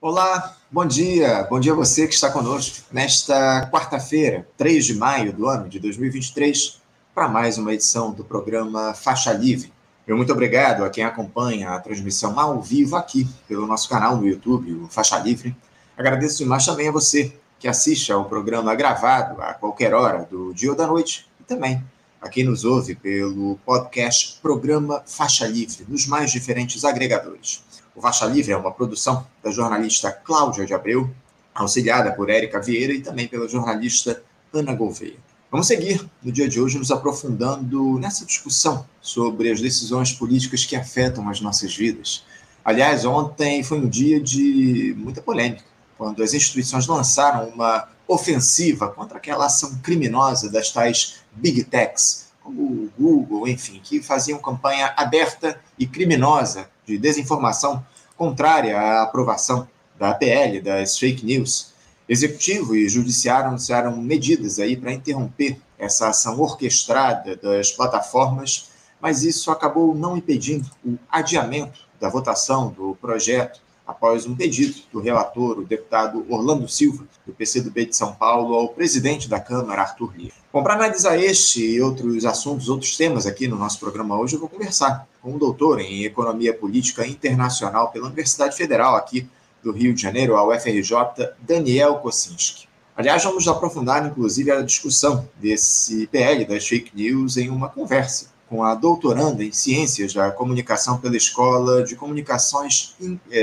Olá, bom dia a você que está conosco nesta quarta-feira, 3 de maio do ano de 2023, para mais uma edição do programa Faixa Livre. Muito obrigado a quem acompanha a transmissão ao vivo aqui pelo nosso canal no YouTube, o Faixa Livre. Agradeço demais também a você que assiste ao programa gravado a qualquer hora do dia ou da noite e também a quem nos ouve pelo podcast Programa Faixa Livre, nos mais diferentes agregadores. O Faixa Livre é uma produção da jornalista Cláudia de Abreu, auxiliada por Érica Vieira e também pela jornalista Ana Gouveia. Vamos seguir, no dia de hoje, nos aprofundando nessa discussão sobre as decisões políticas que afetam as nossas vidas. Aliás, ontem foi um dia de muita polêmica, quando as instituições lançaram uma ofensiva contra aquela ação criminosa das tais Big Techs, como o Google, enfim, que faziam campanha aberta e criminosa de desinformação contrária à aprovação da PL, das fake news. Executivo e judiciário anunciaram medidas aí para interromper essa ação orquestrada das plataformas, mas isso acabou não impedindo o adiamento da votação do projeto após um pedido do relator, o deputado Orlando Silva, do PCdoB de São Paulo, ao presidente da Câmara, Arthur Lira. Bom, para analisar este e outros assuntos, outros temas aqui no nosso programa hoje, eu vou conversar com um doutor em Economia Política Internacional pela Universidade Federal aqui do Rio de Janeiro, a UFRJ, Daniel Kossinski. Aliás, vamos aprofundar, inclusive, a discussão desse PL das fake news em uma conversa com a doutoranda em Ciências da Comunicação pela Escola de Comunicações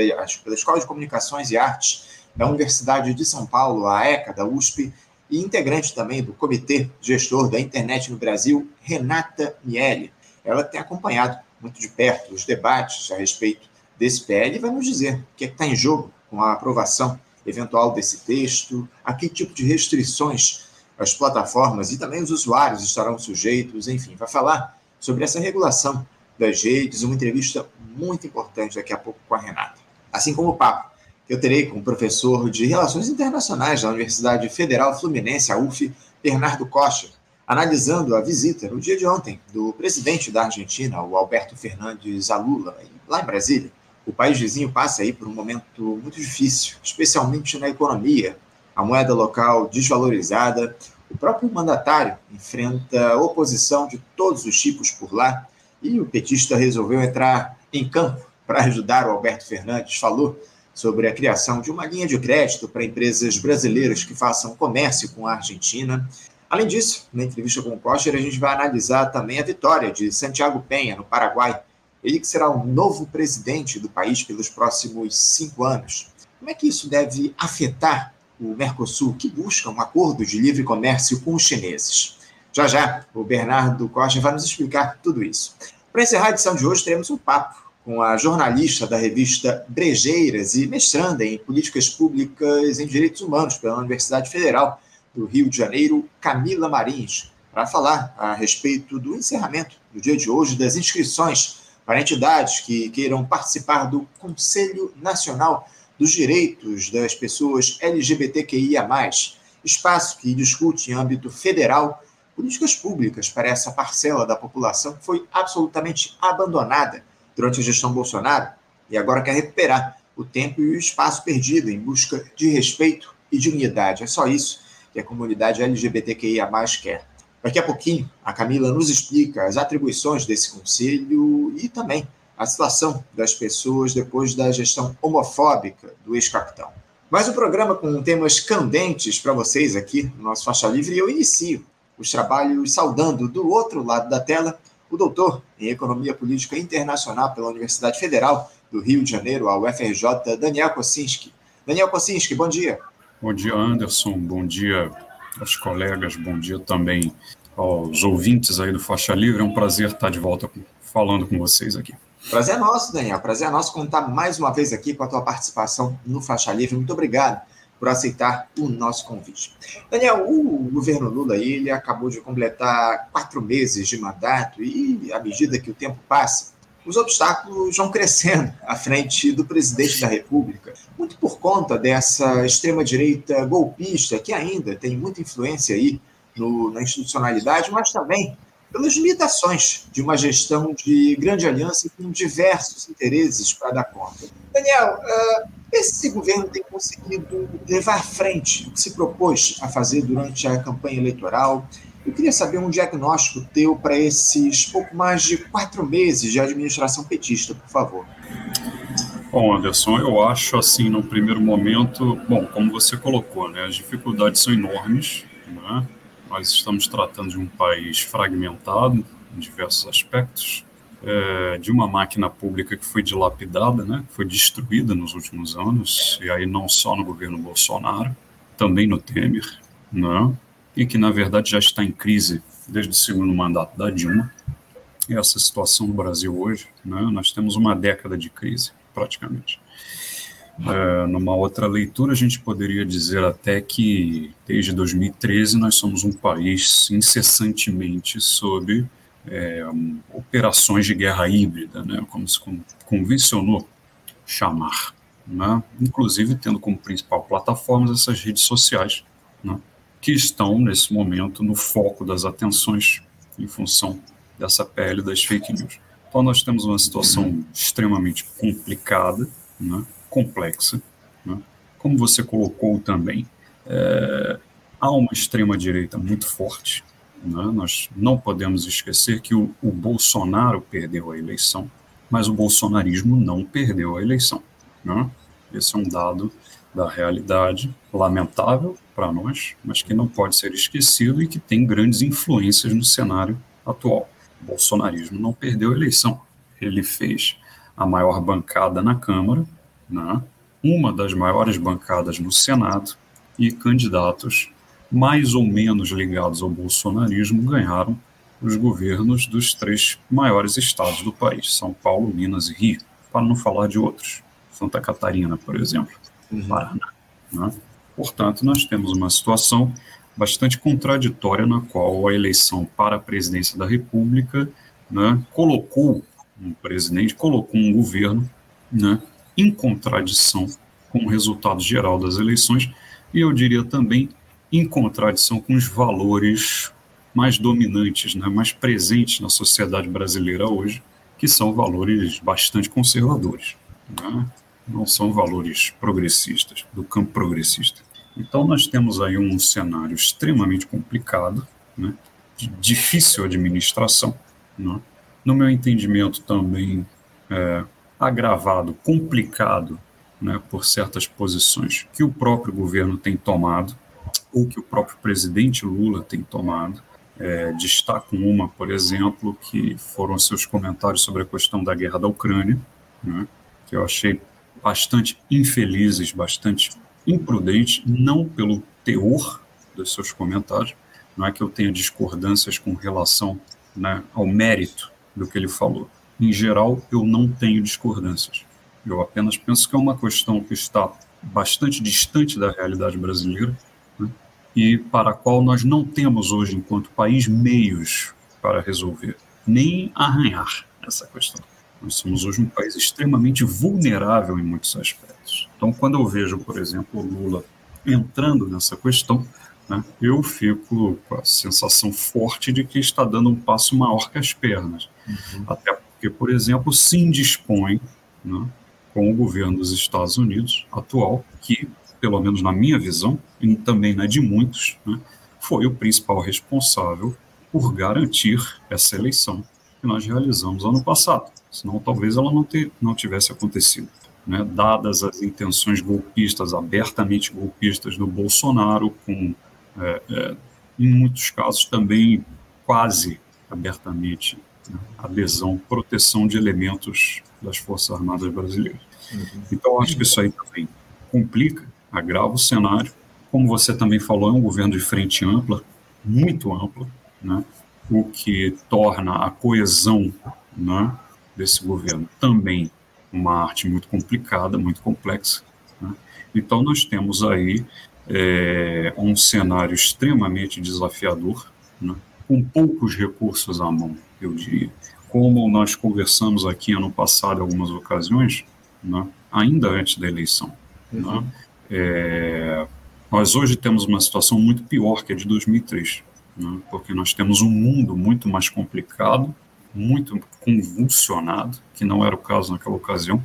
e Artes da Universidade de São Paulo, a ECA, da USP, e integrante também do Comitê Gestor da Internet no Brasil, Renata Miele. Ela tem acompanhado muito de perto os debates a respeito desse PL e vai nos dizer o que está em jogo com a aprovação eventual desse texto, a que tipo de restrições as plataformas e também os usuários estarão sujeitos, enfim, vai falar sobre essa regulação das redes, uma entrevista muito importante daqui a pouco com a Renata. Assim como o papo que eu terei com o professor de Relações Internacionais da Universidade Federal Fluminense, a UF, Bernardo Costa, analisando a visita no dia de ontem do presidente da Argentina, o Alberto Fernandes, a Lula, lá em Brasília. O país vizinho passa aí por um momento muito difícil, especialmente na economia, a moeda local desvalorizada. O próprio mandatário enfrenta oposição de todos os tipos por lá e o petista resolveu entrar em campo para ajudar o Alberto Fernandes. Falou sobre a criação de uma linha de crédito para empresas brasileiras que façam comércio com a Argentina. Além disso, na entrevista com o Kocher, a gente vai analisar também a vitória de Santiago Peña, no Paraguai. Ele que será o novo presidente do país pelos próximos 5 anos. Como é que isso deve afetar o Mercosul, que busca um acordo de livre comércio com os chineses? Já, o Bernardo Costa vai nos explicar tudo isso. Para encerrar a edição de hoje, teremos um papo com a jornalista da revista Brejeiras e mestranda em Políticas Públicas em Direitos Humanos pela Universidade Federal do Rio de Janeiro, Camila Marins, para falar a respeito do encerramento do dia de hoje das inscrições para entidades que queiram participar do Conselho Nacional dos Direitos das Pessoas LGBTQIA+, espaço que discute em âmbito federal políticas públicas para essa parcela da população que foi absolutamente abandonada durante a gestão Bolsonaro e agora quer recuperar o tempo e o espaço perdido em busca de respeito e dignidade. É só isso que a comunidade LGBTQIA+, quer. Daqui a pouquinho, a Camila nos explica as atribuições desse conselho e também a situação das pessoas depois da gestão homofóbica do ex-capitão. Mais um programa com temas candentes para vocês aqui no nosso Faixa Livre, e eu inicio os trabalhos saudando do outro lado da tela o doutor em Economia Política Internacional pela Universidade Federal do Rio de Janeiro, a UFRJ, Daniel Kossinski. Daniel Kossinski, bom dia. Bom dia, Anderson. Bom dia aos colegas. Bom dia também aos ouvintes aí do Faixa Livre. É um prazer estar de volta falando com vocês aqui. Prazer é nosso, Daniel. Prazer é nosso contar mais uma vez aqui com a tua participação no Faixa Livre. Muito obrigado por aceitar o nosso convite. Daniel, o governo Lula ele acabou de completar 4 meses de mandato e, à medida que o tempo passa, os obstáculos vão crescendo à frente do presidente da República, muito por conta dessa extrema-direita golpista que ainda tem muita influência aí na institucionalidade, mas também pelas limitações de uma gestão de grande aliança com diversos interesses para dar conta. Daniel, Esse governo tem conseguido levar à frente o que se propôs a fazer durante a campanha eleitoral? Eu queria saber um diagnóstico teu para esses pouco mais de 4 meses de administração petista, por favor. Bom, Anderson, eu acho assim, no primeiro momento, bom, como você colocou, né, as dificuldades são enormes, né? Nós estamos tratando de um país fragmentado em diversos aspectos, de uma máquina pública que foi dilapidada, né, foi destruída nos últimos anos, e aí não só no governo Bolsonaro, também no Temer, né, e que na verdade já está em crise desde o segundo mandato da Dilma. E essa situação no Brasil hoje, né, nós temos uma década de crise, praticamente. Numa outra leitura, a gente poderia dizer até que, desde 2013, nós somos um país incessantemente sob operações de guerra híbrida, né, como se convencionou chamar, né, inclusive tendo como principal plataforma essas redes sociais, né, que estão, nesse momento, no foco das atenções em função dessa pele das fake news. Então, nós temos uma situação extremamente complicada, né, complexa, né? Como você colocou também, há uma extrema-direita muito forte, né? Nós não podemos esquecer que o Bolsonaro perdeu a eleição, mas o bolsonarismo não perdeu a eleição, né? Esse é um dado da realidade lamentável para nós, mas que não pode ser esquecido e que tem grandes influências no cenário atual. O bolsonarismo não perdeu a eleição, ele fez a maior bancada na Câmara, né, uma das maiores bancadas no Senado, e candidatos mais ou menos ligados ao bolsonarismo ganharam os governos dos 3 maiores estados do país, São Paulo, Minas e Rio, para não falar de outros, Santa Catarina, por exemplo, Paraná, né? Portanto, nós temos uma situação bastante contraditória na qual a eleição para a presidência da República, né, colocou um presidente, colocou um governo, né, em contradição com o resultado geral das eleições e eu diria também em contradição com os valores mais dominantes, né, mais presentes na sociedade brasileira hoje, que são valores bastante conservadores, né? Não são valores progressistas, do campo progressista. Então nós temos aí um cenário extremamente complicado, né, de difícil administração, né? No meu entendimento também agravado, complicado, né, por certas posições que o próprio governo tem tomado, ou que o próprio presidente Lula tem tomado. Destaco uma, por exemplo, que foram seus comentários sobre a questão da guerra da Ucrânia, né, que eu achei bastante infelizes, bastante imprudentes, não pelo teor dos seus comentários, não é que eu tenha discordâncias com relação, né, ao mérito do que ele falou. Em geral, eu não tenho discordâncias. Eu apenas penso que é uma questão que está bastante distante da realidade brasileira, né, e para a qual nós não temos hoje, enquanto país, meios para resolver, nem arranhar essa questão. Nós somos hoje um país extremamente vulnerável em muitos aspectos. Então, quando eu vejo, por exemplo, o Lula entrando nessa questão, né, eu fico com a sensação forte de que está dando um passo maior que as pernas. Até porque, por exemplo, se indispõe, né, com o governo dos Estados Unidos atual, que, pelo menos na minha visão, e também na de muitos, né, foi o principal responsável por garantir essa eleição que nós realizamos ano passado. Senão talvez ela não tivesse acontecido, né? Dadas as intenções golpistas, abertamente golpistas do Bolsonaro, com, em muitos casos também quase abertamente, né, adesão, proteção de elementos das Forças Armadas brasileiras. Então, acho que isso aí também complica, agrava o cenário. Como você também falou, é um governo de frente ampla, muito ampla, né? O que torna a coesão, né, desse governo também uma arte muito complicada, muito complexa, né? Então nós temos aí um cenário extremamente desafiador, né, com poucos recursos à mão, eu diria. Como nós conversamos aqui ano passado em algumas ocasiões, né, ainda antes da eleição, né, nós hoje temos uma situação muito pior que a de 2003, né, porque nós temos um mundo muito mais complicado, muito convulsionado, que não era o caso naquela ocasião,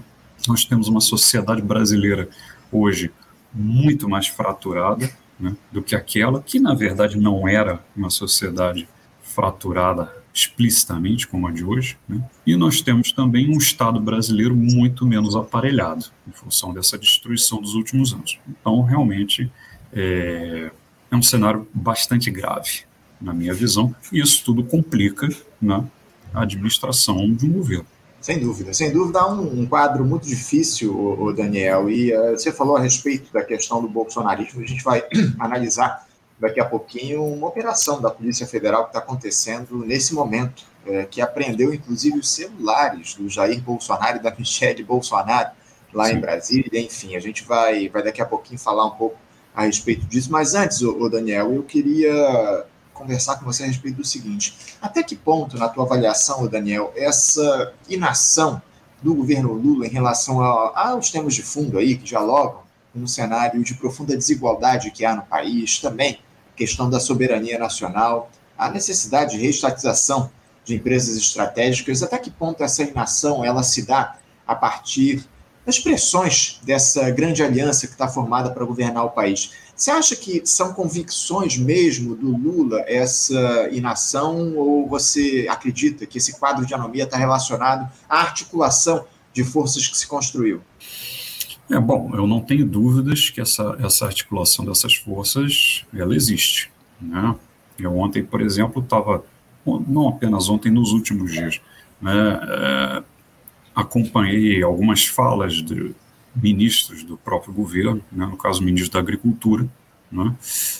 Nós temos uma sociedade brasileira hoje muito mais fraturada, né, do que aquela que, na verdade, não era uma sociedade fraturada explicitamente como a de hoje, né? E nós temos também um Estado brasileiro muito menos aparelhado em função dessa destruição dos últimos anos. Então, realmente, é um cenário bastante grave, na minha visão, e isso tudo complica, né, a administração de um governo. Sem dúvida, há um quadro muito difícil, o Daniel, e você falou a respeito da questão do bolsonarismo, a gente vai analisar daqui a pouquinho uma operação da Polícia Federal que está acontecendo nesse momento, que apreendeu inclusive os celulares do Jair Bolsonaro e da Michelle Bolsonaro lá Sim. em Brasília. Enfim, a gente vai daqui a pouquinho falar um pouco a respeito disso, mas antes, o Daniel, eu queria conversar com você a respeito do seguinte: até que ponto, na tua avaliação, Daniel, essa inação do governo Lula em relação aos temas de fundo aí que dialogam um cenário de profunda desigualdade que há no país, também questão da soberania nacional, a necessidade de reestatização de empresas estratégicas, até que ponto essa inação ela se dá a partir das pressões dessa grande aliança que está formada para governar o país? Você acha que são convicções mesmo do Lula essa inação, ou você acredita que esse quadro de anomia está relacionado à articulação de forças que se construiu? Bom, eu não tenho dúvidas que essa articulação dessas forças, ela existe, né? Eu ontem, por exemplo, estava, não apenas ontem, nos últimos dias, né, acompanhei algumas falas de ministros do próprio governo, né, no caso o ministro da Agricultura, né,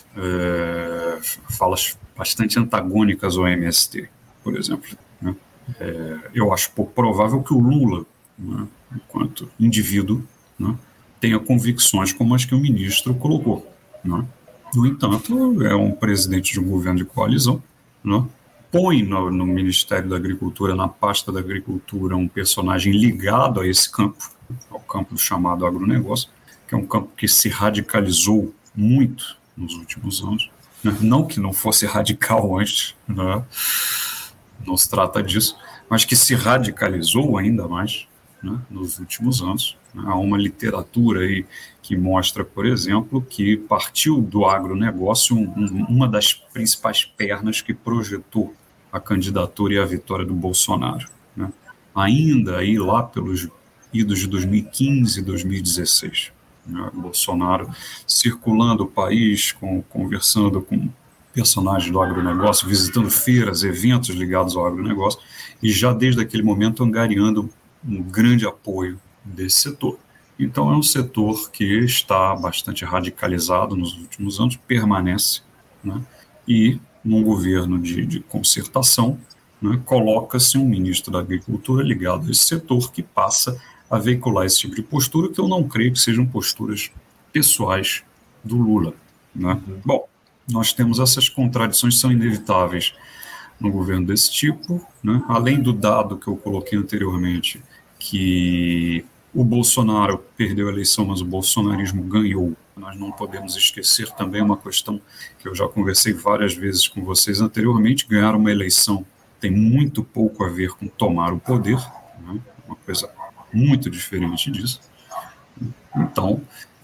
falas bastante antagônicas ao MST, por exemplo, né. Eu acho pouco provável que o Lula, né, enquanto indivíduo, né, tenha convicções como as que o ministro colocou, né. No entanto, é um presidente de um governo de coalizão, né, põe no Ministério da Agricultura, na pasta da Agricultura, um personagem ligado a esse campo, ao campo chamado agronegócio, que é um campo que se radicalizou muito nos últimos anos, né? Não que não fosse radical antes, né? Não se trata disso, mas que se radicalizou ainda mais, né, nos últimos anos. Há uma literatura aí que mostra, por exemplo, que partiu do agronegócio uma das principais pernas que projetou a candidatura e a vitória do Bolsonaro, né? Ainda aí lá pelos idos de 2015 e 2016, né? Bolsonaro circulando o país, conversando com personagens do agronegócio, visitando feiras, eventos ligados ao agronegócio, e já desde aquele momento angariando um grande apoio desse setor. Então é um setor que está bastante radicalizado nos últimos anos, permanece, né? E num governo de concertação, né, coloca-se um ministro da Agricultura ligado a esse setor que passa a veicular esse tipo de postura, que eu não creio que sejam posturas pessoais do Lula, né? Bom, nós temos essas contradições que são inevitáveis no governo desse tipo, né? Além do dado que eu coloquei anteriormente, que o Bolsonaro perdeu a eleição, mas o bolsonarismo ganhou. Nós não podemos esquecer também uma questão que eu já conversei várias vezes com vocês anteriormente: ganhar uma eleição tem muito pouco a ver com tomar o poder, né? Uma coisa muito diferente disso. Então,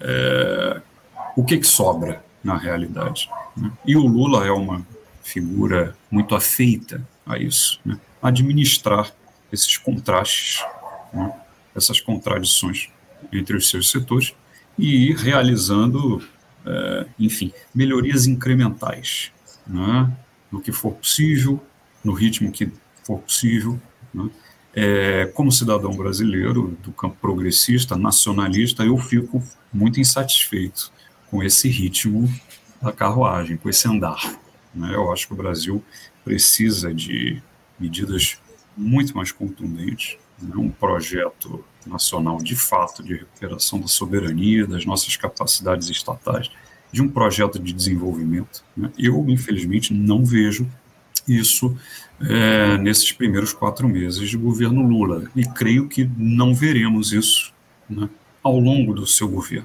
o que sobra na realidade, né? E o Lula é uma figura muito afeita a isso, né? Administrar esses contrastes, né? Essas contradições entre os seus setores e ir realizando, enfim, melhorias incrementais, né? No que for possível, no ritmo que for possível, né? Como cidadão brasileiro do campo progressista, nacionalista, eu fico muito insatisfeito com esse ritmo da carruagem, com esse andar, né? Eu acho que o Brasil precisa de medidas muito mais contundentes, né? Um projeto nacional de fato de recuperação da soberania, das nossas capacidades estatais, de um projeto de desenvolvimento, né? Eu, infelizmente, não vejo isso nesses primeiros 4 meses de governo Lula, e creio que não veremos isso, né, ao longo do seu governo.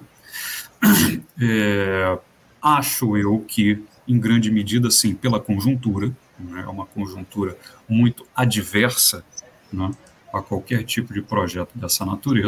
Acho eu que, em grande medida, sim, pela conjuntura, né, é uma conjuntura muito adversa, né, a qualquer tipo de projeto dessa natureza,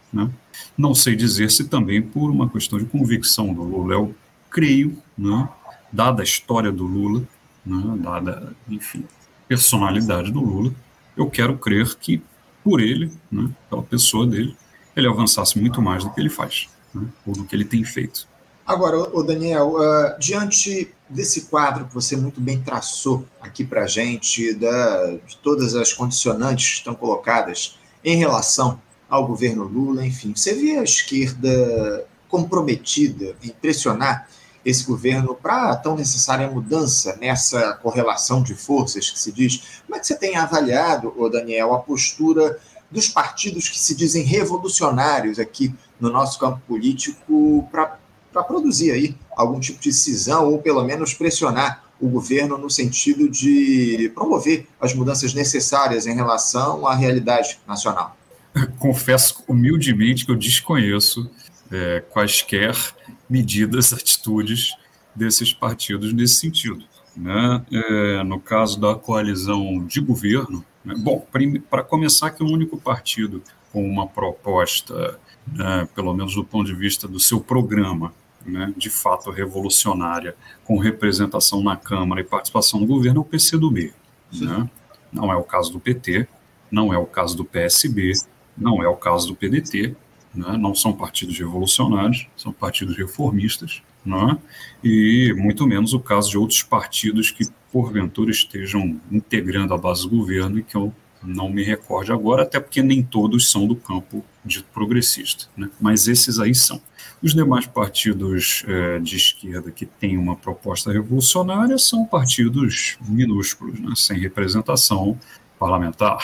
né? Não sei dizer se também por uma questão de convicção do Lula. Eu creio, né, dada a história do Lula, né, dada, enfim, personalidade do Lula, eu quero crer que, por ele, né, pela pessoa dele, ele avançasse muito mais do que ele faz, né, ou do que ele tem feito. Agora, Daniel, diante desse quadro que você muito bem traçou aqui para a gente, de todas as condicionantes que estão colocadas em relação ao governo Lula, enfim, você vê a esquerda comprometida em pressionar esse governo para a tão necessária mudança nessa correlação de forças que se diz? Como é que você tem avaliado, Daniel, a postura dos partidos que se dizem revolucionários aqui no nosso campo político para produzir aí algum tipo de cisão ou pelo menos pressionar o governo no sentido de promover as mudanças necessárias em relação à realidade nacional? Confesso humildemente que eu desconheço quaisquer medidas, atitudes desses partidos nesse sentido, né? No caso da coalizão de governo, né? Bom, para começar, que o único partido com uma proposta, né, pelo menos do ponto de vista do seu programa, né, de fato revolucionária, com representação na Câmara e participação no governo, é o PCdoB. Né? Não é o caso do PT, não é o caso do PSB, não é o caso do PDT, né? Não são partidos revolucionários, são partidos reformistas, né? E muito menos o caso de outros partidos que, porventura, estejam integrando a base do governo e que eu não me recorde agora, até porque nem todos são do campo dito progressista, né? Mas esses aí são. Os demais partidos de esquerda que têm uma proposta revolucionária são partidos minúsculos, né? Sem representação parlamentar,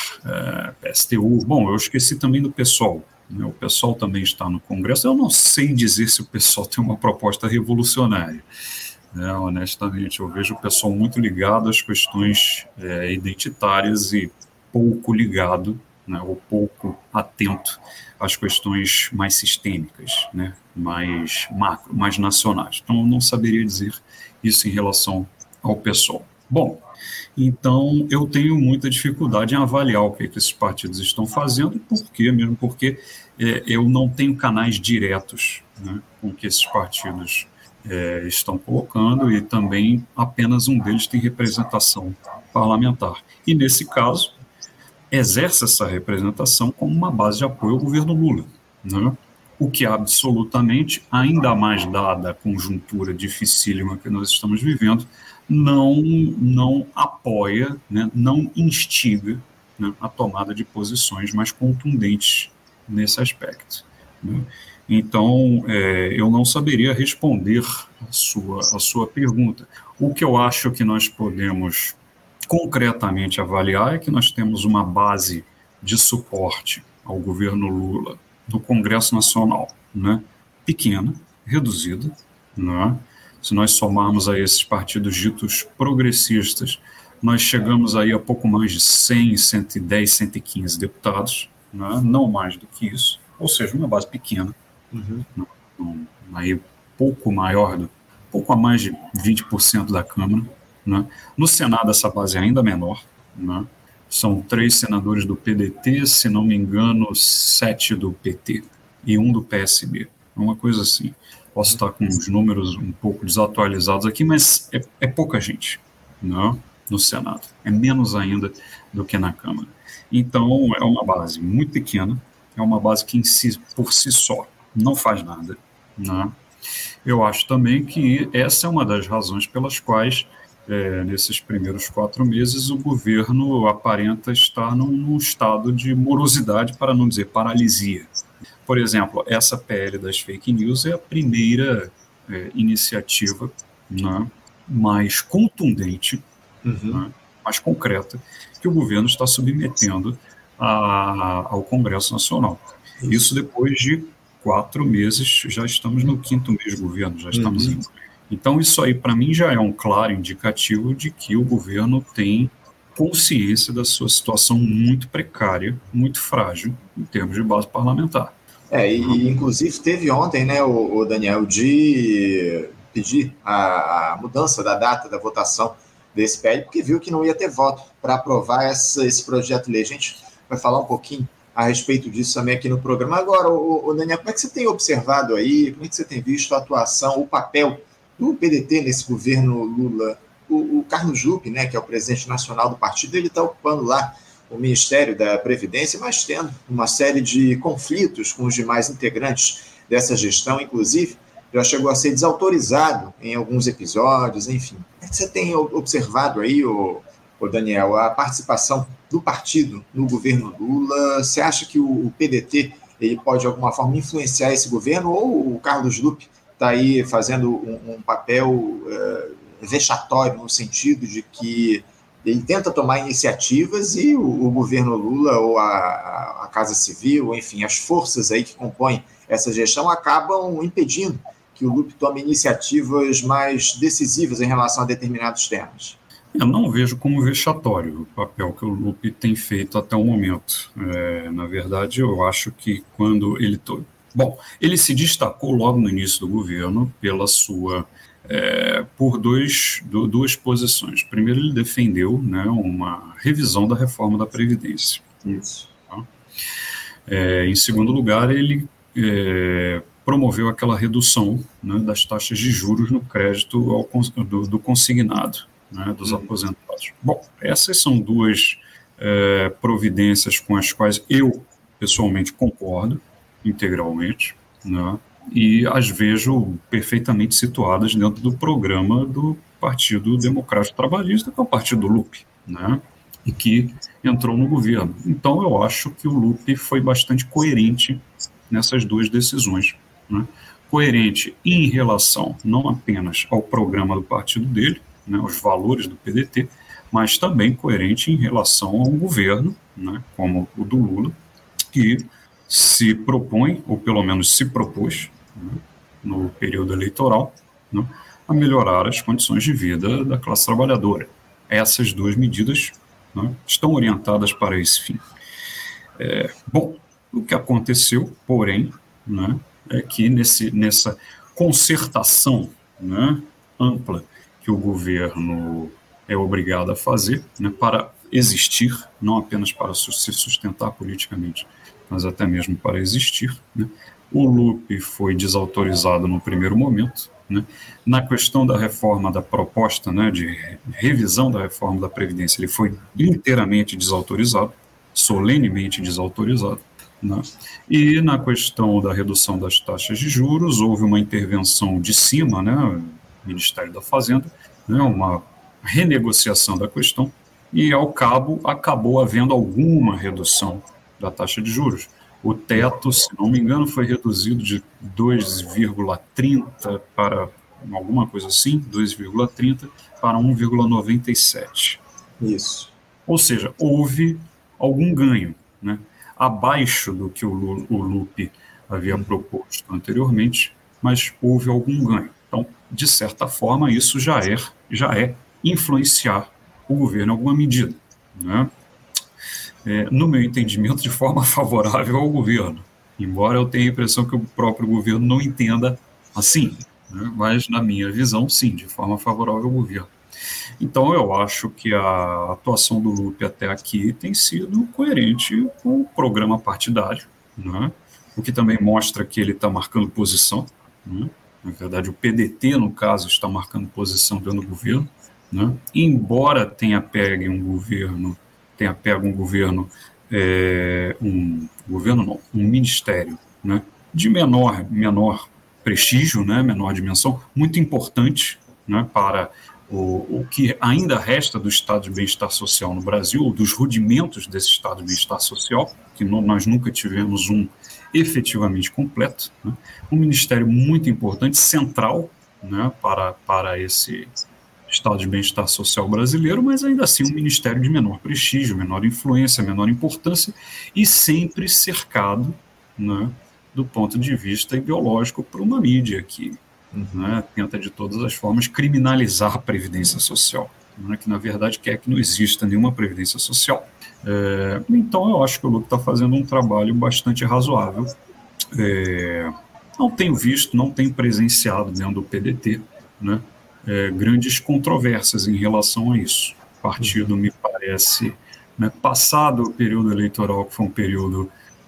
PSTU. Bom, eu esqueci também do PSOL. Né? O PSOL também está no Congresso. Eu não sei dizer se o PSOL tem uma proposta revolucionária. Honestamente, eu vejo o PSOL muito ligado às questões identitárias e pouco ligado, né, ou pouco atento às questões mais sistêmicas, né, mais macro, mais nacionais. Então, eu não saberia dizer isso em relação ao PSOL. Bom, então eu tenho muita dificuldade em avaliar o que esses partidos estão fazendo, mesmo porque eu não tenho canais diretos, né, com o que esses partidos estão colocando, e também apenas um deles tem representação parlamentar. E, nesse caso, exerce essa representação como uma base de apoio ao governo Lula, né? O que absolutamente, ainda mais dada a conjuntura dificílima que nós estamos vivendo, não apoia, né, não instiga, né, a tomada de posições mais contundentes nesse aspecto, né? Então, eu não saberia responder a sua pergunta. O que eu acho que nós podemos concretamente avaliar é que nós temos uma base de suporte ao governo Lula no Congresso Nacional, né, pequena, reduzida, né? Se nós somarmos a esses partidos ditos progressistas, nós chegamos aí a pouco mais de 100, 110, 115 deputados, né? Não mais do que isso, ou seja, uma base pequena, aí pouco a mais de 20% da Câmara, né? No Senado essa base é ainda menor, né? São 3 senadores do PDT, se não me engano 7 do PT e 1 do PSB, uma coisa assim. Posso estar com os números um pouco desatualizados aqui, mas é pouca gente, né, no Senado. É menos ainda do que na Câmara. Então, é uma base muito pequena, é uma base que, por si só, não faz nada, né? Eu acho também que essa é uma das razões pelas quais, nesses primeiros 4 meses, o governo aparenta estar num estado de morosidade, para não dizer paralisia. Por exemplo, essa PL das fake news é a primeira iniciativa, né, mais contundente, né, mais concreta, que o governo está submetendo ao Congresso Nacional. Isso depois de 4 meses, já estamos no 5º mês de governo, já estamos em... Então, isso aí, para mim, já é um claro indicativo de que o governo tem consciência da sua situação muito precária, muito frágil, em termos de base parlamentar. E inclusive teve ontem, né, o Daniel, de pedir a mudança da data da votação desse PL, porque viu que não ia ter voto para aprovar esse projeto de lei. A gente vai falar um pouquinho a respeito disso também aqui no programa. Agora, Daniel, como é que você tem observado aí, como é que você tem visto a atuação, o papel do PDT nesse governo Lula? O Carlos Lupe, né, que é o presidente nacional do partido, ele está ocupando lá o Ministério da Previdência, mas tendo uma série de conflitos com os demais integrantes dessa gestão, inclusive, já chegou a ser desautorizado em alguns episódios, enfim. Como é que você tem observado aí, o Daniel, a participação do partido no governo Lula? Você acha que o PDT ele pode, de alguma forma, influenciar esse governo, ou o Carlos Lupe está aí fazendo um papel vexatório, no sentido de que ele tenta tomar iniciativas e o governo Lula ou a Casa Civil, enfim, as forças aí que compõem essa gestão acabam impedindo que o Lupe tome iniciativas mais decisivas em relação a determinados temas? Eu não vejo como vexatório o papel que o Lupe tem feito até o momento. Na verdade, eu acho que quando ele... Bom, ele se destacou logo no início do governo pela sua... por duas posições. Primeiro, ele defendeu, né, uma revisão da reforma da Previdência. Isso. Tá? Em segundo lugar, ele promoveu aquela redução, né, das taxas de juros no crédito do consignado, né, dos aposentados. Bom, essas são duas providências com as quais eu, pessoalmente, concordo integralmente, né, e as vejo perfeitamente situadas dentro do programa do Partido Democrático Trabalhista, que é o partido do Lupe, né, e que entrou no governo. Então, eu acho que o Lupe foi bastante coerente nessas duas decisões, né? Coerente em relação não apenas ao programa do partido dele, né, os valores do PDT, mas também coerente em relação ao governo, né, como o do Lula, que se propõe, ou pelo menos se propôs, né, no período eleitoral, né, a melhorar as condições de vida da classe trabalhadora. Essas duas medidas, né, estão orientadas para esse fim. Bom, o que aconteceu, porém, né, é que nessa concertação, né, ampla que o governo é obrigado a fazer, né, para existir, não apenas para se sustentar politicamente, mas até mesmo para existir, né, o Lupe foi desautorizado no primeiro momento, né. Na questão da reforma da proposta, né, de revisão da reforma da Previdência, ele foi inteiramente desautorizado, solenemente desautorizado, né? E na questão da redução das taxas de juros, houve uma intervenção de cima, né, Ministério da Fazenda, né, uma renegociação da questão, e ao cabo acabou havendo alguma redução da taxa de juros. O teto, se não me engano, foi reduzido de 2,30 para alguma coisa assim, 2,30 para 1,97. Isso. Ou seja, houve algum ganho, né, abaixo do que o Lupe havia proposto anteriormente, mas houve algum ganho. Então, de certa forma, isso já é influenciar o governo em alguma medida, né? No meu entendimento, de forma favorável ao governo, embora eu tenha a impressão que o próprio governo não entenda assim, né? Mas, na minha visão, sim, de forma favorável ao governo. Então, eu acho que a atuação do Lupe até aqui tem sido coerente com o programa partidário, né? O que também mostra que ele está marcando posição, né? Na verdade, o PDT, no caso, está marcando posição dentro do governo, né? Embora tenha pego um governo, um ministério, né, de menor prestígio, né, menor dimensão, muito importante, né, para o que ainda resta do estado de bem-estar social no Brasil, ou dos rudimentos desse estado de bem-estar social, que nós nunca tivemos um efetivamente completo, né? Um ministério muito importante, central, né, para esse estado de bem-estar social brasileiro, mas ainda assim um ministério de menor prestígio, menor influência, menor importância, e sempre cercado, né, do ponto de vista ideológico por uma mídia que, né, tenta de todas as formas criminalizar a previdência social, né, que na verdade quer que não exista nenhuma previdência social. Então eu acho que o Lula está fazendo um trabalho bastante razoável. Não tenho visto, não tenho presenciado dentro do PDT, né, grandes controvérsias em relação a isso. O partido me parece, né, passado o período eleitoral, que foi um período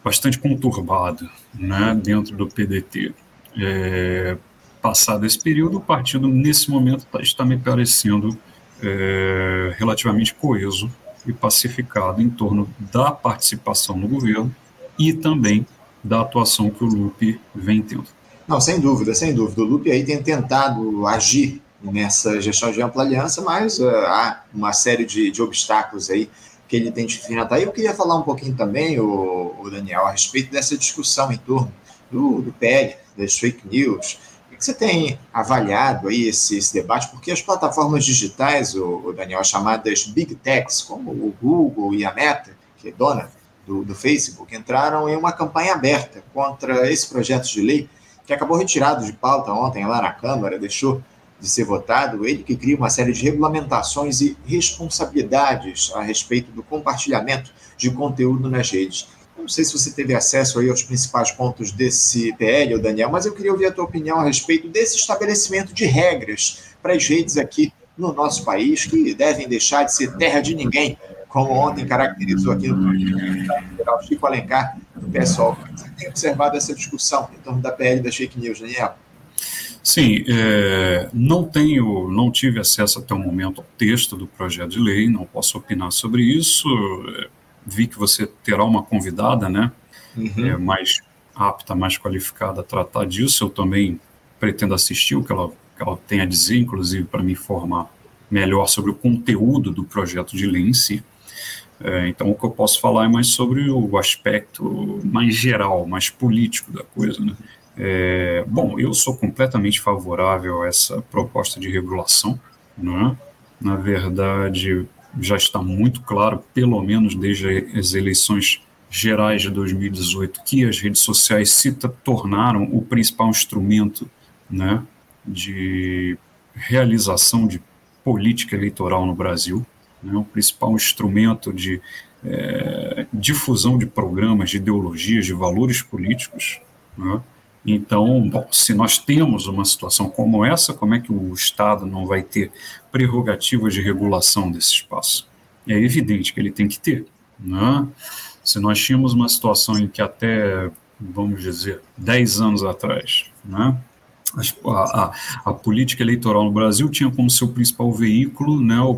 bastante conturbado, né, dentro do PDT. Passado esse período, o partido, nesse momento, está me parecendo relativamente coeso e pacificado em torno da participação no governo e também da atuação que o Lupe vem tendo. Não, sem dúvida, sem dúvida. O Lupe aí tem tentado agir nessa gestão de ampla aliança, mas há uma série de obstáculos aí que ele tem de enfrentar. E eu queria falar um pouquinho também, o Daniel, a respeito dessa discussão em torno do PL, das fake news. O que você tem avaliado aí esse debate? Porque as plataformas digitais, o Daniel, chamadas Big Techs, como o Google e a Meta, que é dona do Facebook, entraram em uma campanha aberta contra esse projeto de lei, que acabou retirado de pauta ontem lá na Câmara, deixou de ser votado, ele que cria uma série de regulamentações e responsabilidades a respeito do compartilhamento de conteúdo nas redes. Não sei se você teve acesso aí aos principais pontos desse PL, Daniel, mas eu queria ouvir a tua opinião a respeito desse estabelecimento de regras para as redes aqui no nosso país, que devem deixar de ser terra de ninguém, como ontem caracterizou aqui no Federal Chico Alencar, do PSOL. Você tem observado essa discussão em torno da PL das fake news, Daniel? Sim, não tive acesso até o momento ao texto do projeto de lei, não posso opinar sobre isso. Vi que você terá uma convidada, né, mais apta, mais qualificada a tratar disso. Eu também pretendo assistir o que ela tem a dizer, inclusive para me informar melhor sobre o conteúdo do projeto de lei em si. Então, o que eu posso falar é mais sobre o aspecto mais geral, mais político da coisa, né? Bom, eu sou completamente favorável a essa proposta de regulação, né? Na verdade, já está muito claro, pelo menos desde as eleições gerais de 2018, que as redes sociais se tornaram o principal instrumento, né, de realização de política eleitoral no Brasil, né, o principal instrumento de difusão de programas, de ideologias, de valores políticos, né? Então, bom, se nós temos uma situação como essa, como é que o Estado não vai ter prerrogativas de regulação desse espaço? É evidente que ele tem que ter, né? Se nós tínhamos uma situação em que até, vamos dizer, 10 anos atrás, né, a política eleitoral no Brasil tinha como seu principal veículo, né, os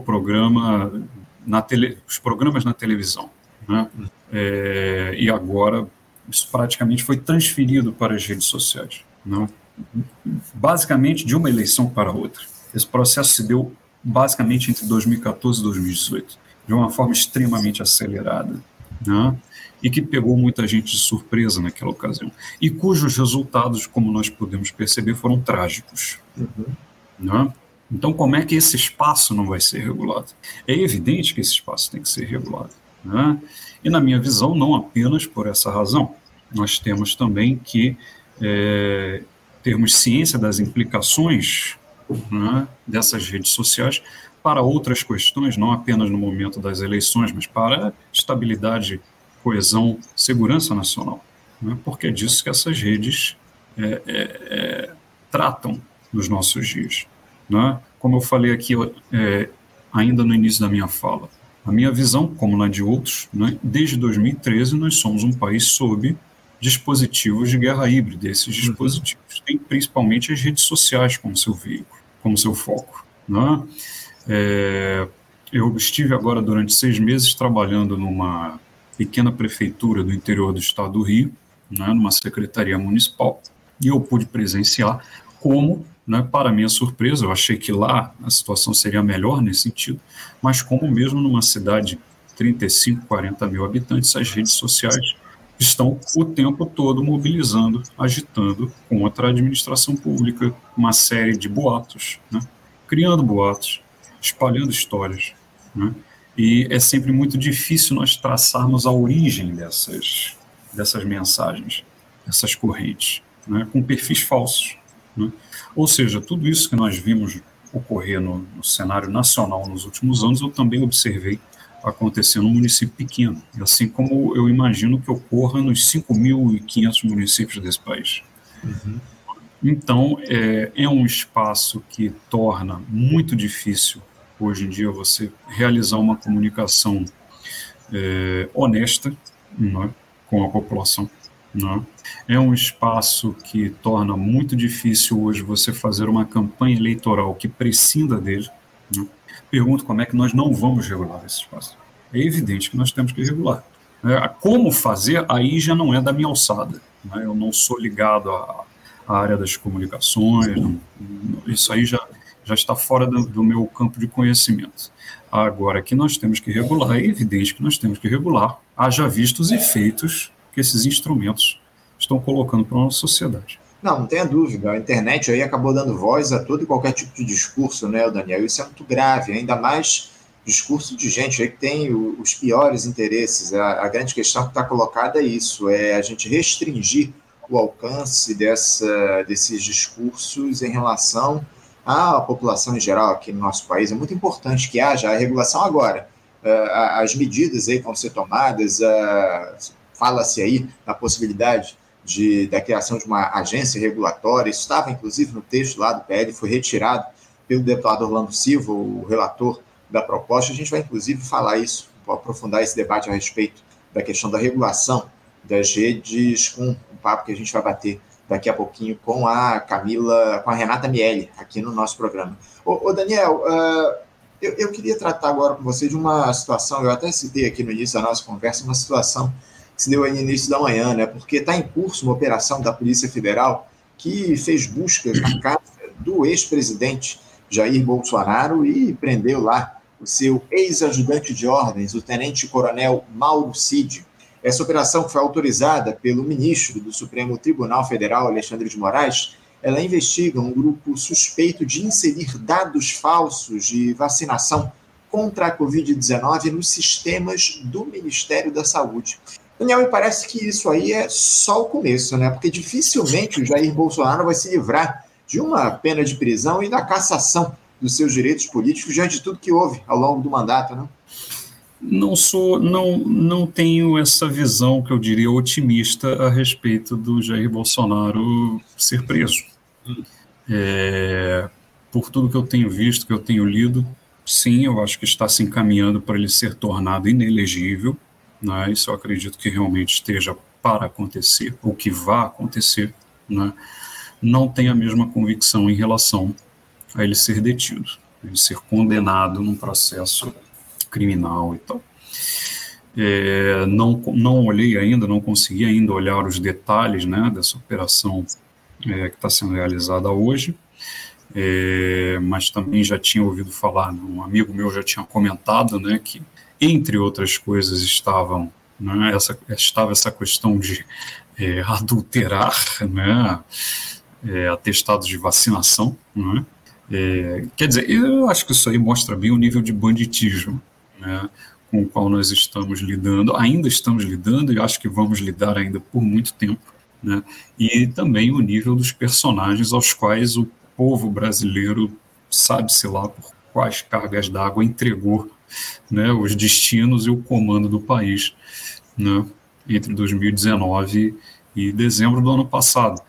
programas na televisão, né? E agora isso praticamente foi transferido para as redes sociais, né? Basicamente de uma eleição para outra. Esse processo se deu basicamente entre 2014 e 2018, de uma forma extremamente acelerada, né? E que pegou muita gente de surpresa naquela ocasião, e cujos resultados, como nós podemos perceber, foram trágicos. Né? Então, como é que esse espaço não vai ser regulado? É evidente que esse espaço tem que ser regulado, né? E, na minha visão, não apenas por essa razão. Nós temos também que termos ciência das implicações, né, dessas redes sociais para outras questões, não apenas no momento das eleições, mas para estabilidade, coesão, segurança nacional, né? Porque é disso que essas redes tratam nos nossos dias, né? Como eu falei aqui ainda no início da minha fala, a minha visão, como na de outros, né, desde 2013 nós somos um país sob dispositivos de guerra híbrida. Esses dispositivos têm principalmente as redes sociais como seu veículo, como seu foco, né? Eu estive agora durante 6 meses trabalhando numa pequena prefeitura do interior do estado do Rio, né, numa secretaria municipal, e eu pude presenciar como, né, para minha surpresa, eu achei que lá a situação seria melhor nesse sentido, mas como mesmo numa cidade de 35, 40 mil habitantes, as redes sociais estão o tempo todo mobilizando, agitando contra a administração pública, uma série de boatos, né, criando boatos, espalhando histórias, né, e é sempre muito difícil nós traçarmos a origem dessas mensagens, dessas correntes, né, com perfis falsos, né? Ou seja, tudo isso que nós vimos ocorrer no cenário nacional nos últimos anos, eu também observei acontecer num município pequeno, assim como eu imagino que ocorra nos 5.500 municípios desse país. Então, é um espaço que torna muito difícil, hoje em dia, você realizar uma comunicação honesta, não é? com a população, né? É um espaço que torna muito difícil hoje você fazer uma campanha eleitoral que prescinda dele, né? Pergunto como é que nós não vamos regular esse espaço. É evidente que nós temos que regular. Como fazer, aí já não é da minha alçada, né? Eu não sou ligado à área das comunicações, isso aí já está fora do meu campo de conhecimento. Agora, que nós temos que regular, é evidente que nós temos que regular, haja visto os efeitos que esses instrumentos estão colocando para a nossa sociedade. Não tenha dúvida, a internet aí acabou dando voz a todo e qualquer tipo de discurso, né, Daniel? Isso é muito grave, ainda mais discurso de gente aí que tem os piores interesses. A grande questão que está colocada é isso, é a gente restringir o alcance desses discursos em relação à população em geral aqui no nosso país. É muito importante que haja a regulação agora. As medidas aí que vão ser tomadas, fala-se aí na possibilidade da criação de uma agência regulatória. Isso estava, inclusive, no texto lá do PL, foi retirado pelo deputado Orlando Silva, o relator da proposta. A gente vai, inclusive, falar isso, aprofundar esse debate a respeito da questão da regulação das redes, com um papo que a gente vai bater daqui a pouquinho com a Renata Miele, aqui no nosso programa. Ô Daniel, eu queria tratar agora com você de uma situação, eu até citei aqui no início da nossa conversa, uma situação que se deu aí no início da manhã, né? Porque está em curso uma operação da Polícia Federal que fez buscas na casa do ex-presidente Jair Bolsonaro e prendeu lá o seu ex-ajudante de ordens, o tenente-coronel Mauro Cid. Essa operação, que foi autorizada pelo ministro do Supremo Tribunal Federal, Alexandre de Moraes, ela investiga um grupo suspeito de inserir dados falsos de vacinação contra a Covid-19 nos sistemas do Ministério da Saúde. Daniel, me parece que isso aí é só o começo, né? Porque dificilmente o Jair Bolsonaro vai se livrar de uma pena de prisão e da cassação dos seus direitos políticos diante de tudo que houve ao longo do mandato, né? Não tenho essa visão que eu diria otimista a respeito do Jair Bolsonaro ser preso. Por tudo que eu tenho visto, que eu tenho lido, sim, eu acho que está se encaminhando para ele ser tornado inelegível, né? Isso eu acredito que realmente esteja para acontecer, ou que vá acontecer, né? Não tenho a mesma convicção em relação a ele ser detido, ele ser condenado num processo criminal e tal. Não olhei ainda, não consegui ainda olhar os detalhes, né, dessa operação que está sendo realizada hoje, mas também já tinha ouvido falar, né, um amigo meu já tinha comentado, né, que, entre outras coisas, estava essa questão de adulterar, né, atestados de vacinação, né? Quer dizer, eu acho que isso aí mostra bem o nível de banditismo, né, com o qual nós estamos lidando, ainda estamos lidando e acho que vamos lidar ainda por muito tempo, né, e também o nível dos personagens aos quais o povo brasileiro, sabe-se lá por quais cargas d'água, entregou, né, os destinos e o comando do país, né, entre 2019 e dezembro do ano passado.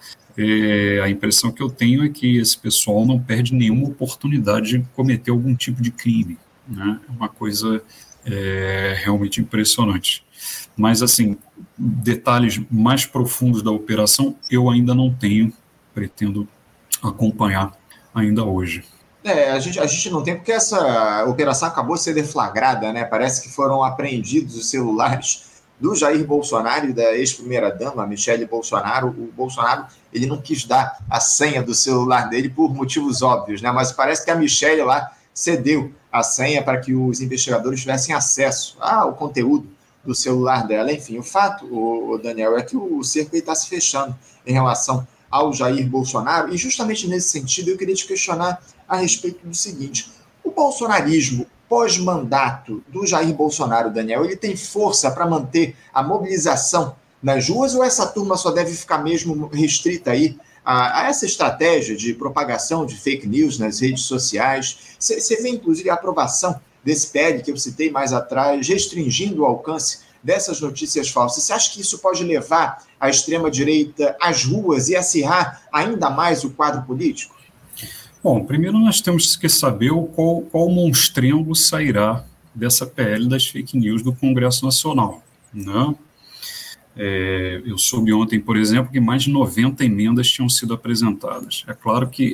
A impressão que eu tenho é que esse pessoal não perde nenhuma oportunidade de cometer algum tipo de crime, né? É uma coisa realmente impressionante. Mas, assim, detalhes mais profundos da operação eu ainda não tenho, pretendo acompanhar ainda hoje. A gente não tem, porque essa operação acabou de ser deflagrada, né? Parece que foram apreendidos os celulares do Jair Bolsonaro e da ex-primeira-dama, Michele Bolsonaro. O Bolsonaro, ele não quis dar a senha do celular dele por motivos óbvios, né? Mas parece que a Michele lá cedeu a senha para que os investigadores tivessem acesso ao conteúdo do celular dela. Enfim, o fato, Daniel, é que o cerco está se fechando em relação ao Jair Bolsonaro, e justamente nesse sentido eu queria te questionar a respeito do seguinte: o bolsonarismo pós-mandato do Jair Bolsonaro, Daniel, ele tem força para manter a mobilização nas ruas, ou essa turma só deve ficar mesmo restrita aí a essa estratégia de propagação de fake news nas redes sociais? Você vê, inclusive, a aprovação desse PL que eu citei mais atrás, restringindo o alcance dessas notícias falsas. Você acha que isso pode levar a extrema-direita às ruas e acirrar ainda mais o quadro político? Bom, primeiro nós temos que saber qual monstrengo sairá dessa PL das fake news do Congresso Nacional, né? Eu soube ontem, por exemplo, que mais de 90 emendas tinham sido apresentadas. É claro que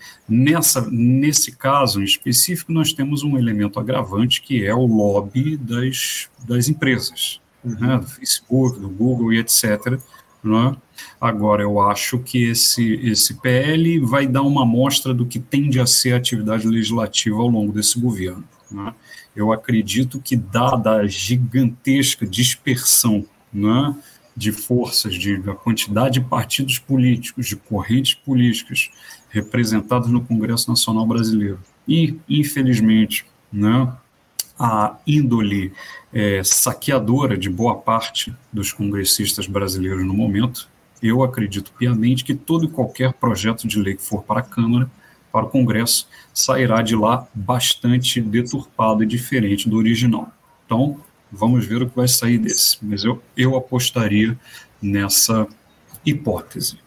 nesse caso em específico nós temos um elemento agravante que é o lobby das empresas, né, do Facebook, do Google e etc. Né? Agora, eu acho que esse PL vai dar uma amostra do que tende a ser a atividade legislativa ao longo desse governo. Né? Eu acredito que, dada a gigantesca dispersão, né, de forças, da quantidade de partidos políticos, de correntes políticas representados no Congresso Nacional Brasileiro e, infelizmente, né, a índole saqueadora de boa parte dos congressistas brasileiros no momento, eu acredito piamente que todo e qualquer projeto de lei que for para a Câmara, para o Congresso, sairá de lá bastante deturpado e diferente do original. Então, vamos ver o que vai sair desse. Mas eu apostaria nessa hipótese.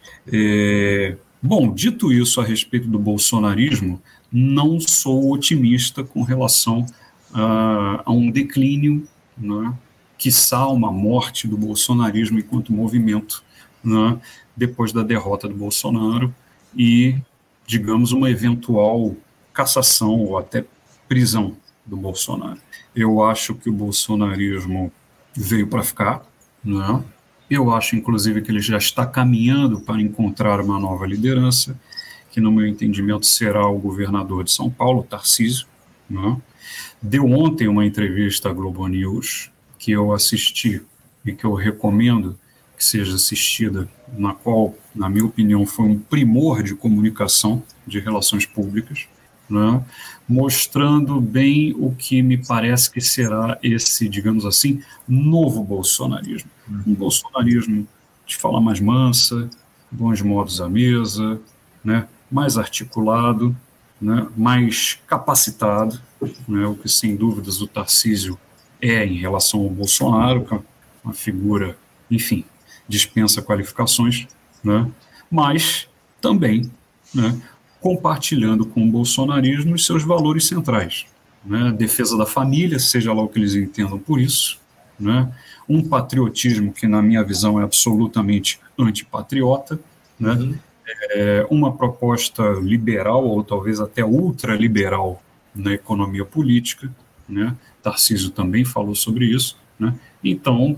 Bom, dito isso a respeito do bolsonarismo, não sou otimista com relação a um declínio, né, quiçá uma morte do bolsonarismo enquanto movimento, né, depois da derrota do Bolsonaro e, digamos, uma eventual cassação ou até prisão do Bolsonaro. Eu acho que o bolsonarismo veio para ficar, né? Eu acho, inclusive, que ele já está caminhando para encontrar uma nova liderança, que, no meu entendimento, será o governador de São Paulo, Tarcísio, né? Deu ontem uma entrevista à Globo News, que eu assisti e que eu recomendo que seja assistida, na qual, na minha opinião, foi um primor de comunicação, de relações públicas, né, mostrando bem o que me parece que será esse, digamos assim, novo bolsonarismo. Um bolsonarismo de fala mais mansa, bons modos à mesa, né, mais articulado, né, mais capacitado, né, o que sem dúvidas o Tarcísio é em relação ao Bolsonaro, que é uma figura, enfim, dispensa qualificações, né, mas também, né, compartilhando com o bolsonarismo os seus valores centrais, né, defesa da família, seja lá o que eles entendam por isso, né, um patriotismo que, na minha visão, é absolutamente antipatriota, né, uma proposta liberal, ou talvez até ultraliberal na economia política, né? Tarcísio também falou sobre isso, né? Então,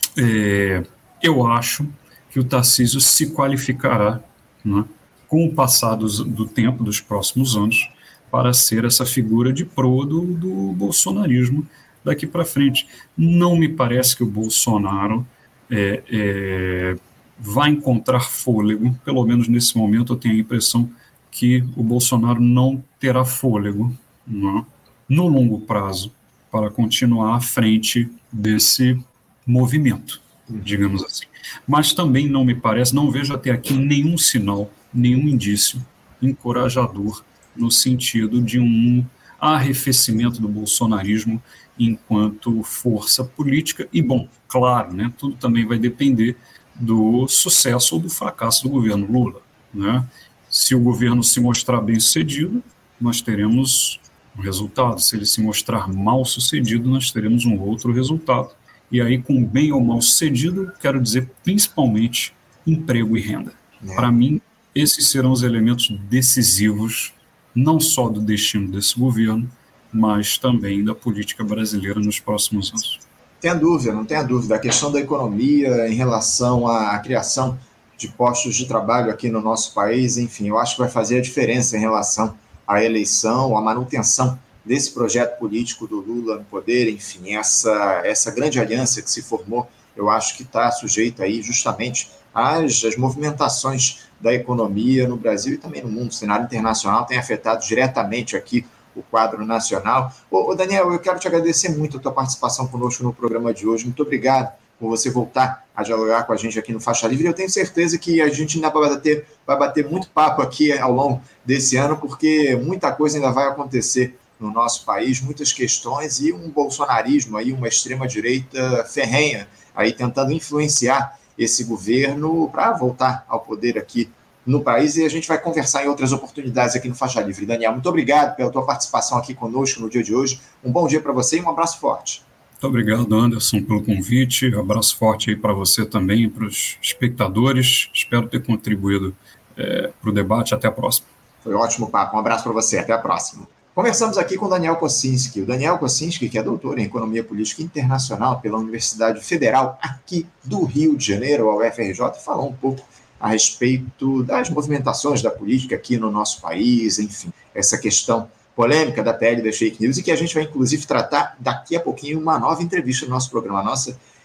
eu acho que o Tarcísio se qualificará, né, com o passar do tempo, dos próximos anos, para ser essa figura de proa do bolsonarismo daqui para frente. Não me parece que o Bolsonaro vai encontrar fôlego, pelo menos nesse momento eu tenho a impressão que o Bolsonaro não terá fôlego, né, no longo prazo para continuar à frente desse movimento, digamos assim. Mas também não me parece, não vejo até aqui nenhum sinal, nenhum indício encorajador no sentido de um arrefecimento do bolsonarismo enquanto força política. E, bom, claro, né, tudo também vai depender do sucesso ou do fracasso do governo Lula, né? Se o governo se mostrar bem sucedido, nós teremos um resultado. Se ele se mostrar mal sucedido, nós teremos um outro resultado. E aí, com bem ou mal sucedido, quero dizer principalmente emprego e renda. Para mim, esses serão os elementos decisivos, não só do destino desse governo, mas também da política brasileira nos próximos anos. Não tenha dúvida. A questão da economia em relação à criação de postos de trabalho aqui no nosso país, enfim, eu acho que vai fazer a diferença em relação à eleição, à manutenção desse projeto político do Lula no poder, enfim, essa grande aliança que se formou, eu acho que está sujeita aí justamente às movimentações da economia no Brasil e também no mundo. O cenário internacional tem afetado diretamente aqui o quadro nacional. Ô Daniel, eu quero te agradecer muito a tua participação conosco no programa de hoje. Muito obrigado por você voltar a dialogar com a gente aqui no Faixa Livre. Eu tenho certeza que a gente ainda vai bater muito papo aqui ao longo desse ano, porque muita coisa ainda vai acontecer no nosso país, muitas questões e um bolsonarismo, aí, uma extrema-direita ferrenha, aí tentando influenciar esse governo para voltar ao poder aqui no país, e a gente vai conversar em outras oportunidades aqui no Faixa Livre. Daniel, muito obrigado pela tua participação aqui conosco no dia de hoje. Um bom dia para você e um abraço forte. Muito obrigado, Anderson, pelo convite. Abraço forte aí para você também e para os espectadores. Espero ter contribuído para o debate. Até a próxima. Foi um ótimo papo. Um abraço para você. Até a próxima. Conversamos aqui com o Daniel Kossinski. O Daniel Kossinski, que é doutor em Economia Política Internacional pela Universidade Federal aqui do Rio de Janeiro, a UFRJ, falou um pouco a respeito das movimentações da política aqui no nosso país, enfim, essa questão polêmica da PL das fake news, e que a gente vai, inclusive, tratar daqui a pouquinho uma nova entrevista no nosso programa. A nossa